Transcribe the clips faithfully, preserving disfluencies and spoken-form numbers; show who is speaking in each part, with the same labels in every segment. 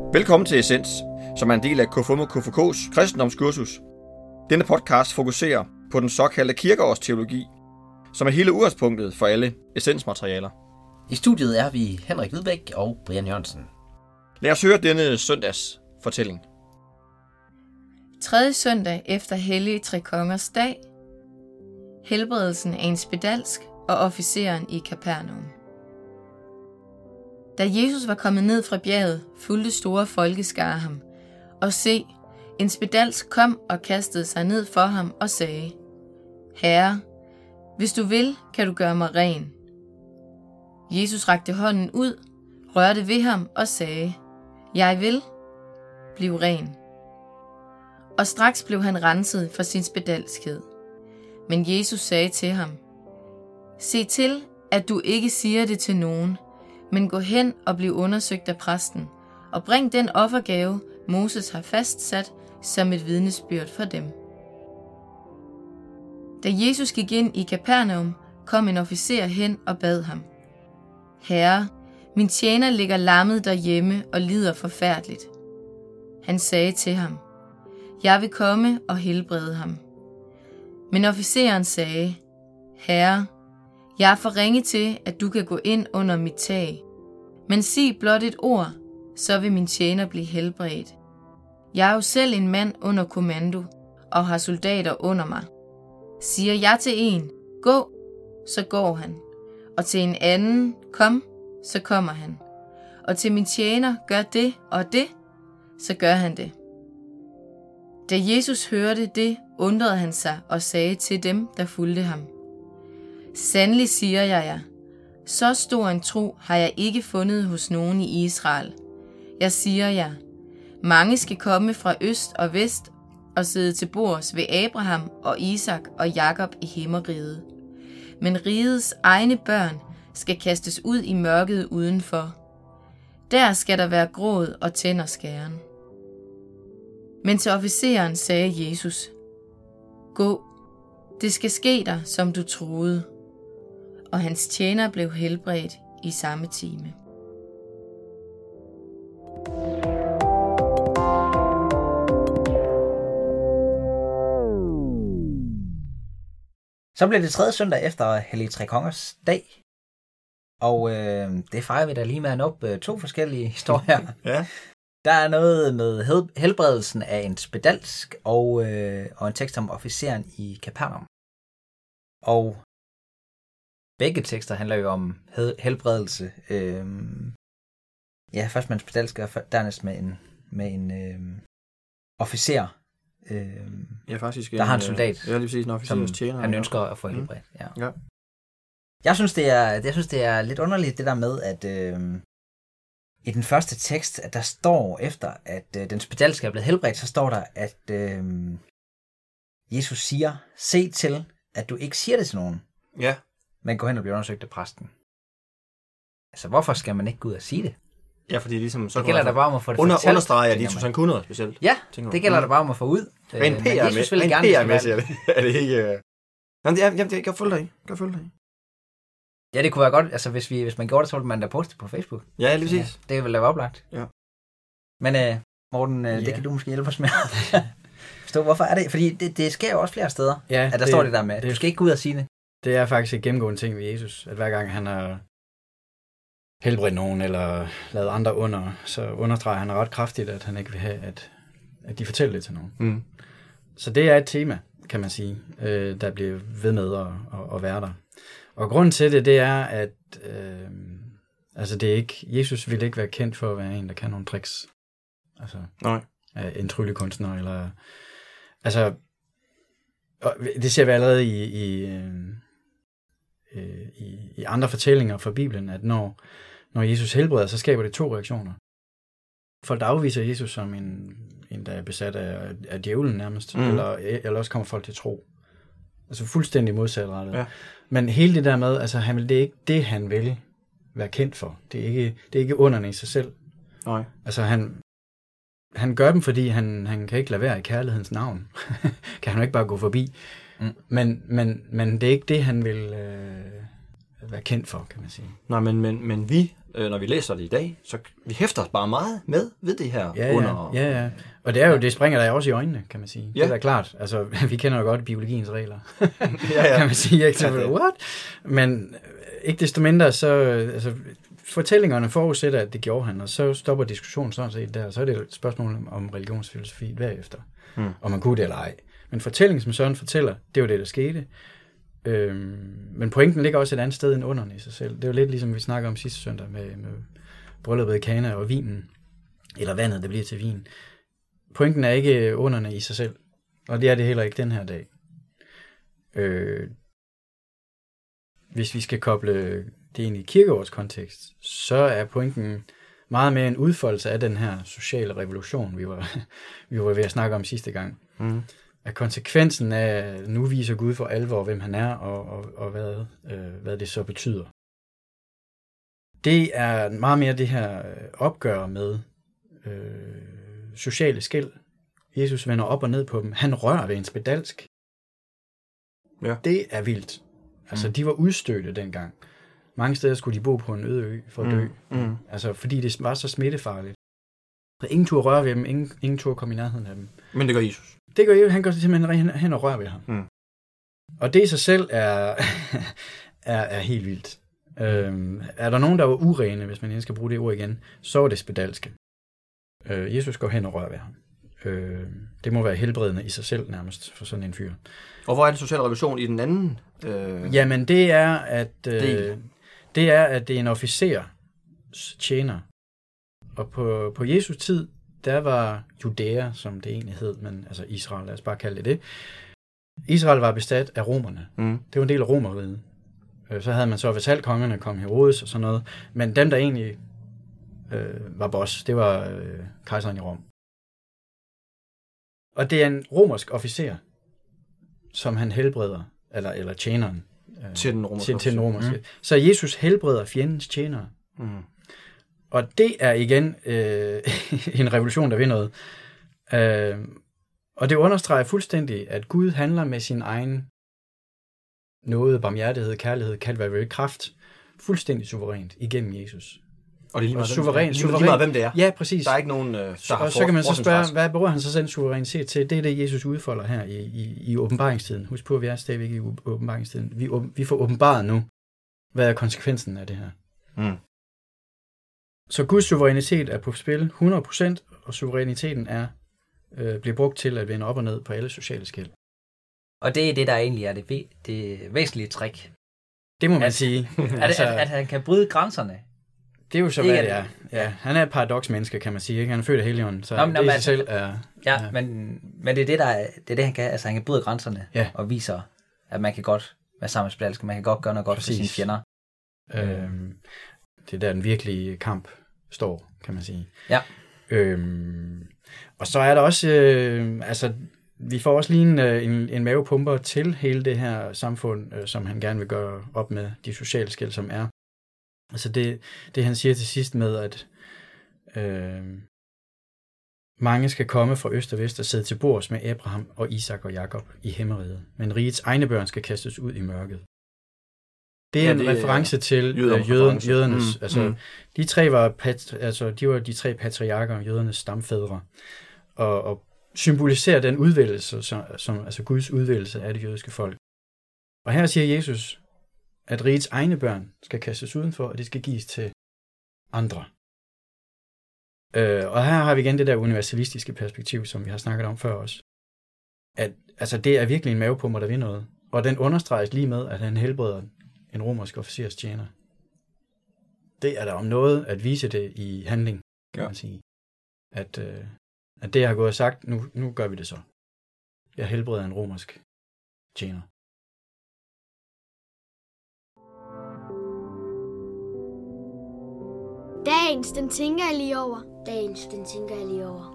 Speaker 1: Velkommen til Essens, som er en del af K F U M og K F U K's kristendomskursus. Denne podcast fokuserer på den såkaldte kirkeårsteologi, som er hele udgangspunktet for alle essensmaterialer.
Speaker 2: I studiet er vi Henrik Hvidbæk og Brian Jørgensen.
Speaker 1: Lad os høre denne søndags fortælling.
Speaker 3: Tredje søndag efter Hellige Tre Kongers dag. Helbredelsen af en spedalsk og officeren i Kapernaum. Da Jesus var kommet ned fra bjerget, fulgte store folkeskare ham. Og se, en spedalsk kom og kastede sig ned for ham og sagde: Herre, hvis du vil, kan du gøre mig ren. Jesus rakte hånden ud, rørte ved ham og sagde: Jeg vil, bliv ren. Og straks blev han renset for sin spedalskhed. Men Jesus sagde til ham: Se til, at du ikke siger det til nogen, men gå hen og bliv undersøgt af præsten, og bring den offergave, Moses har fastsat, som et vidnesbyrd for dem. Da Jesus gik ind i Kapernaum, kom en officer hen og bad ham: Herre, min tjener ligger lammet derhjemme og lider forfærdeligt. Han sagde til ham: Jeg vil komme og helbrede ham. Men officeren sagde: Herre, jeg er for ringe til, at du kan gå ind under mit tag. Men sig blot et ord, så vil min tjener blive helbredt. Jeg er jo selv en mand under kommando og har soldater under mig. Siger jeg til en: Gå, så går han. Og til en anden: Kom, så kommer han. Og til min tjener: Gør det og det, så gør han det. Da Jesus hørte det, undrede han sig og sagde til dem, der fulgte ham: Sandelig siger jeg jer, så stor en tro har jeg ikke fundet hos nogen i Israel. Jeg siger jer, mange skal komme fra øst og vest og sidde til bords ved Abraham og Isak og Jakob i himmeriget. Men rigets egne børn skal kastes ud i mørket udenfor. Der skal der være gråd og tænderskæren. Men til officeren sagde Jesus: Gå, det skal ske dig, som du troede. Og hans tjener blev helbredt i samme time.
Speaker 2: Så blev det tredje søndag efter Hellige Tre Kongers dag. Og øh, det fejrer vi da lige med at op øh, to forskellige historier.
Speaker 1: Ja.
Speaker 2: Der er noget med helbredelsen af en spedalsk og, øh, og en tekst om officeren i Kapernaum. Og begge tekster handler jo om helbredelse. Øh, ja, først med en spedalsk og dernæst med en, med en øh, officer. Øh,
Speaker 1: Ja, faktisk.
Speaker 2: der en, har en soldat,
Speaker 1: ja, lige præcis, en
Speaker 2: som
Speaker 1: tjener,
Speaker 2: han
Speaker 1: ja.
Speaker 2: ønsker at få helbredt. Ja.
Speaker 1: Ja.
Speaker 2: Jeg synes, det er, jeg synes, det er lidt underligt, det der med, at øh, i den første tekst, at der står efter, at øh, den spedalske er blevet helbredt, så står der, at øh, Jesus siger: Se til, at du ikke siger det til nogen,
Speaker 1: Ja.
Speaker 2: men gå hen og blive undersøgt af præsten. Altså, hvorfor skal man ikke gå ud og sige det?
Speaker 1: Ja, fordi ligesom... Så
Speaker 2: det gælder der bare om at få det
Speaker 1: under,
Speaker 2: fortalt.
Speaker 1: Understrege, at Jesus han kunne noget specielt.
Speaker 2: Ja,
Speaker 1: tænker
Speaker 2: det gælder
Speaker 1: mm.
Speaker 2: der bare om at få ud.
Speaker 1: Rent
Speaker 2: Øh,
Speaker 1: P
Speaker 2: men Jesus vil
Speaker 1: R
Speaker 2: gerne
Speaker 1: mæssigt er det, er det ikke... Uh... Jamen, det er, jamen, det er, jeg følge dig i. Jeg følge dig i.
Speaker 2: Ja, det kunne være godt. Altså, hvis, vi, hvis man gjorde det, så ville man da poste det på Facebook.
Speaker 1: Ja, lige præcis.
Speaker 2: Ja, det ville da være oplagt.
Speaker 1: Ja.
Speaker 2: Men uh, Morten, uh,
Speaker 4: ja.
Speaker 2: det kan du måske hjælpe os med. Forstå, hvorfor er det? Fordi det, det sker jo også flere steder,
Speaker 4: Ja,
Speaker 2: at der
Speaker 4: det,
Speaker 2: står det der med, at
Speaker 4: det,
Speaker 2: du skal ikke gå ud og sige det.
Speaker 4: Det er faktisk et gennemgående ting ved Jesus, at hver gang han har helbredt nogen eller lavet andre under, så understreger han ret kraftigt, at han ikke vil have, at, at de fortæller det til nogen.
Speaker 1: Mm.
Speaker 4: Så det er et tema, kan man sige, øh, der bliver ved med at, at, at være der. Og grunden til det, det er, at øh, altså det er ikke, Jesus ville ikke være kendt for at være en, der kan nogle tricks. Altså
Speaker 1: Nej.
Speaker 4: En tryllekunstner, eller altså, det ser vi allerede i, i, øh, i, i andre fortællinger fra Bibelen, at når, når Jesus helbreder, så skaber det to reaktioner. Folk, der afviser Jesus som en, en der er besat af, af djævlen nærmest, mm. eller, eller også kommer folk til tro. Altså fuldstændig modsatrettet. Ja. Men hele det der med, altså han vil, det er ikke det, han vil være kendt for. Det er ikke, det er ikke underne i sig selv.
Speaker 1: Nej.
Speaker 4: Altså han, han gør dem, fordi han, han kan ikke lade være i kærlighedens navn. Kan han jo ikke bare gå forbi. Mm. Men, men, men det er ikke det, han vil øh, være kendt for, kan man sige.
Speaker 1: Nej, men, men, men vi øh, når vi læser det i dag, så vi hæfter os bare meget med ved det her
Speaker 4: ja,
Speaker 1: under.
Speaker 4: Ja, ja, ja. Og det er jo, det springer der også i øjnene, kan man sige.
Speaker 1: Ja.
Speaker 4: Det er da klart. Altså, vi kender jo godt biologiens regler.
Speaker 1: ja, ja.
Speaker 4: Kan man sige, ikke? Så,
Speaker 1: Ja, det.
Speaker 4: what? Men ikke desto mindre, så altså, fortællingerne forudsætter, at det gjorde han, og så stopper diskussionen sådan set der, så er det et spørgsmål om religionsfilosofi bagefter, hmm. om man kunne det eller ej. Men fortællingen, som Søren fortæller, det var det, der skete. Øhm, men pointen ligger også et andet sted end underen i sig selv. Det er jo lidt ligesom vi snakker om sidste søndag med, med brylluppet i Kana og vinen, eller vandet, der bliver til vin. Pointen er ikke underne i sig selv, og det er det heller ikke den her dag. Øh, hvis vi skal koble det ind i Kierkegaards kontekst, så er pointen meget mere en udfoldelse af den her sociale revolution, vi var, vi var ved at snakke om sidste gang. Mm. At konsekvensen af, nu viser Gud for alvor, hvem han er, og, og, og hvad, øh, hvad det så betyder. Det er meget mere det her opgør med øh, sociale skel. Jesus vender op og ned på dem. Han rører ved en spedalsk. Ja. Det er vildt. Altså, mm. de var udstødte dengang. Mange steder skulle de bo på en øde ø for at dø. Mm. Mm. Altså, fordi det var så smittefarligt. Så ingen turde røre ved dem, ingen, ingen turde komme i nærheden af dem.
Speaker 1: Men det gør Jesus.
Speaker 4: Det gør Jesus, han går simpelthen hen og rører ved ham. Mm. Og det i sig selv er, er, er helt vildt. Øhm, er der nogen, der var urene, hvis man ikke skal bruge det ord igen, så var det spedalske. Øh, Jesus går hen og rører ved ham. Øh, det må være helbredende i sig selv nærmest for sådan en fyr.
Speaker 1: Og hvor er den sociale revolution i den anden? Øh...
Speaker 4: Jamen det er, at øh, det er, at det er en officer tjener. Og på, på Jesus tid, der var Judæa, som det egentlig hed, men altså Israel, lad os bare kalde det det. Israel var besat af romerne. Mm. Det var en del af Romerriget. Så havde man så vasalkongerne, kom Herodes og sådan noget. Men dem, der egentlig øh, var boss, det var øh, kejseren i Rom. Og det er en romersk officer, som han helbreder, eller, eller tjeneren. Øh,
Speaker 1: til den romerske.
Speaker 4: Til, til den romerske. Mm. Så Jesus helbreder fjendens tjenere. Mm. Og det er igen øh, en revolution, der vil noget. Øh, og det understreger fuldstændig, at Gud handler med sin egen nåde, barmhjertighed, kærlighed, kald hvad vil, kraft, fuldstændig suverænt igennem Jesus.
Speaker 1: Og det er lige meget,
Speaker 4: suveræn,
Speaker 1: hvem,
Speaker 4: suveræn,
Speaker 1: lige meget, hvem det er.
Speaker 4: Ja, præcis.
Speaker 1: Der er ikke nogen, der
Speaker 4: så,
Speaker 1: har
Speaker 4: Og så kan man så spørge, hvad berører han sig selv suverænitet til? Det er det, Jesus udfolder her i, i, i åbenbaringstiden. Husk på, at vi er stadigvæk i åbenbaringstiden. Vi, vi får åbenbaret nu, hvad er konsekvensen af det her. Mm. Så Guds suverænitet er på spil hundrede procent, og suveræniteten er øh, bliver brugt til at vende op og ned på alle sociale skel.
Speaker 2: Og det er det, der egentlig er det, det væsentlige trick.
Speaker 4: Det må man
Speaker 2: at,
Speaker 4: sige.
Speaker 2: at, altså, at, at han kan bryde grænserne.
Speaker 4: Det er jo så, det hvad det er. Ja, han er et paradoksmenneske, kan man sige. Ikke? Han er født af Helligånden, så
Speaker 2: Nå,
Speaker 4: det i sig
Speaker 2: altså,
Speaker 4: selv er...
Speaker 2: Ja, ja. Men, men det er det, der er, det er det, han kan. Altså, han kan bryde grænserne
Speaker 4: ja.
Speaker 2: og viser, at man kan godt være sammen, man kan godt gøre noget godt Præcis. for sine fjender.
Speaker 4: Øhm, det er der, den virkelige kamp står, kan man sige.
Speaker 2: Ja.
Speaker 4: Øhm, og så er der også... Øh, altså, vi får også lige en, en, en mavepumper til hele det her samfund, øh, som han gerne vil gøre op med de sociale skel, som er. Altså det, det han siger til sidst med, at øh, mange skal komme fra øst og vest og sidde til bords med Abraham og Isak og Jakob i himmeriget, men rigets egne børn skal kastes ud i mørket. Det er ja, en det reference er, til jøder, jøden, jødernes. Mm, altså, mm. De tre var, pat, altså, de var de tre patriarker, jødernes stamfædre, og, og symboliserer den udvælgelse, som, som, altså Guds udvælgelse af det jødiske folk. Og her siger Jesus, at rigets egne børn skal kastes udenfor, og det skal gives til andre. Øh, og her har vi igen det der universalistiske perspektiv, som vi har snakket om før også. At, altså, det er virkelig en mavepumper, der vil noget. Og den understreges lige med, at han helbreder en romersk officers tjener. Det er der om noget at vise det i handling, kan ja. man sige. At, øh, at det, jeg har gået og sagt, nu, nu gør vi det så. Jeg helbreder en romersk tjener.
Speaker 5: Dagens, den tænker jeg lige over. Dagens, den tænker jeg lige over.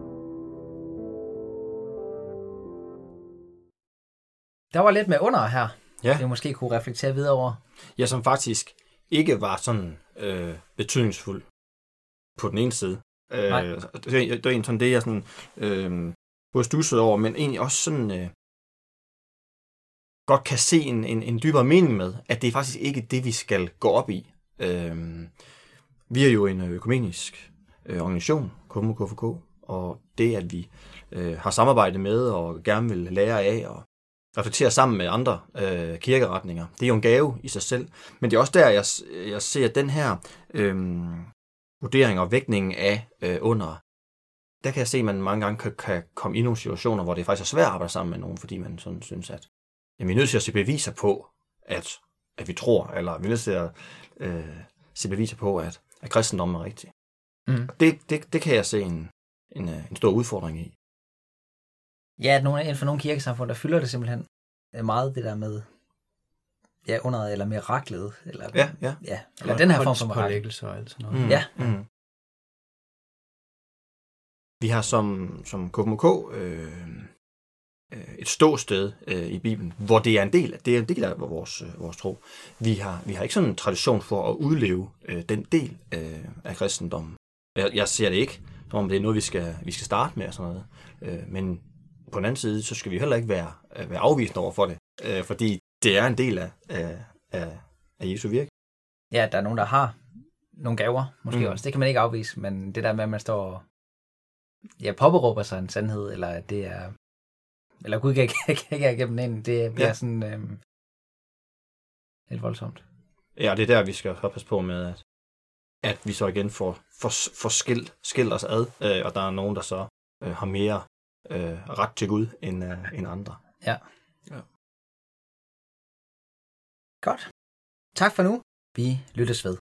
Speaker 2: Der var lidt med under her,
Speaker 1: ja.
Speaker 2: vi måske kunne reflektere videre over.
Speaker 1: Ja, som faktisk ikke var sådan øh, betydningsfuld på den ene side. Øh, det, det er en sådan det, jeg sådan, øh, både stussede over, men egentlig også sådan øh, godt kan se en, en, en dybere mening med, at det er faktisk ikke det, vi skal gå op i. Øh, Vi er jo en økumenisk øh, organisation, K F U M og K F U K, og det, at vi øh, har samarbejdet med og gerne vil lære af og reflektere sammen med andre øh, kirkeretninger, det er jo en gave i sig selv. Men det er også der, jeg, jeg ser den her øh, vurdering og vægtning af øh, under. Der kan jeg se, at man mange gange kan, kan komme i nogle situationer, hvor det faktisk er svært at arbejde sammen med nogen, fordi man sådan synes, at jamen, vi er nødt til at se beviser på, at, at vi tror, eller vi er nødt til at øh, se beviser på, at, at kristendommen er rigtig. Mm. Det, det, det kan jeg se en, en, en stor udfordring i.
Speaker 2: Ja, inden for nogle kirkesamfund, der fylder det simpelthen meget det der med ja, underet eller miraklet. Eller,
Speaker 1: ja, ja.
Speaker 2: ja, eller den her form for mirakel.
Speaker 4: Og alt sådan noget.
Speaker 2: Mm. Ja.
Speaker 1: Mm. Vi har som, som K F U M K øh, et ståsted øh, i Bibelen, hvor det er en del, det er en del af vores, øh, vores tro. Vi har, vi har ikke sådan en tradition for at udleve øh, den del øh, af kristendommen. Jeg, jeg ser det ikke, som om det er noget, vi skal, vi skal starte med og sådan noget. Øh, men på den anden side, så skal vi heller ikke være, være afvisende over for det, øh, fordi det er en del af, af, af, af Jesu virke.
Speaker 2: Ja, der er nogen, der har nogle gaver, måske mm. også. Det kan man ikke afvise, men det der med, at man står og ja, påberåber sig en sandhed, eller at det er eller Gud kan ikke have gennem ind, det bliver ja. sådan øhm, helt voldsomt.
Speaker 1: Ja, det er der, vi skal passe på med, at, at vi så igen får, får, får skilt, skilt os ad, øh, og der er nogen, der så øh, har mere øh, ret til Gud end, øh, end andre.
Speaker 2: Ja.
Speaker 1: ja.
Speaker 2: Godt. Tak for nu. Vi lyttes ved.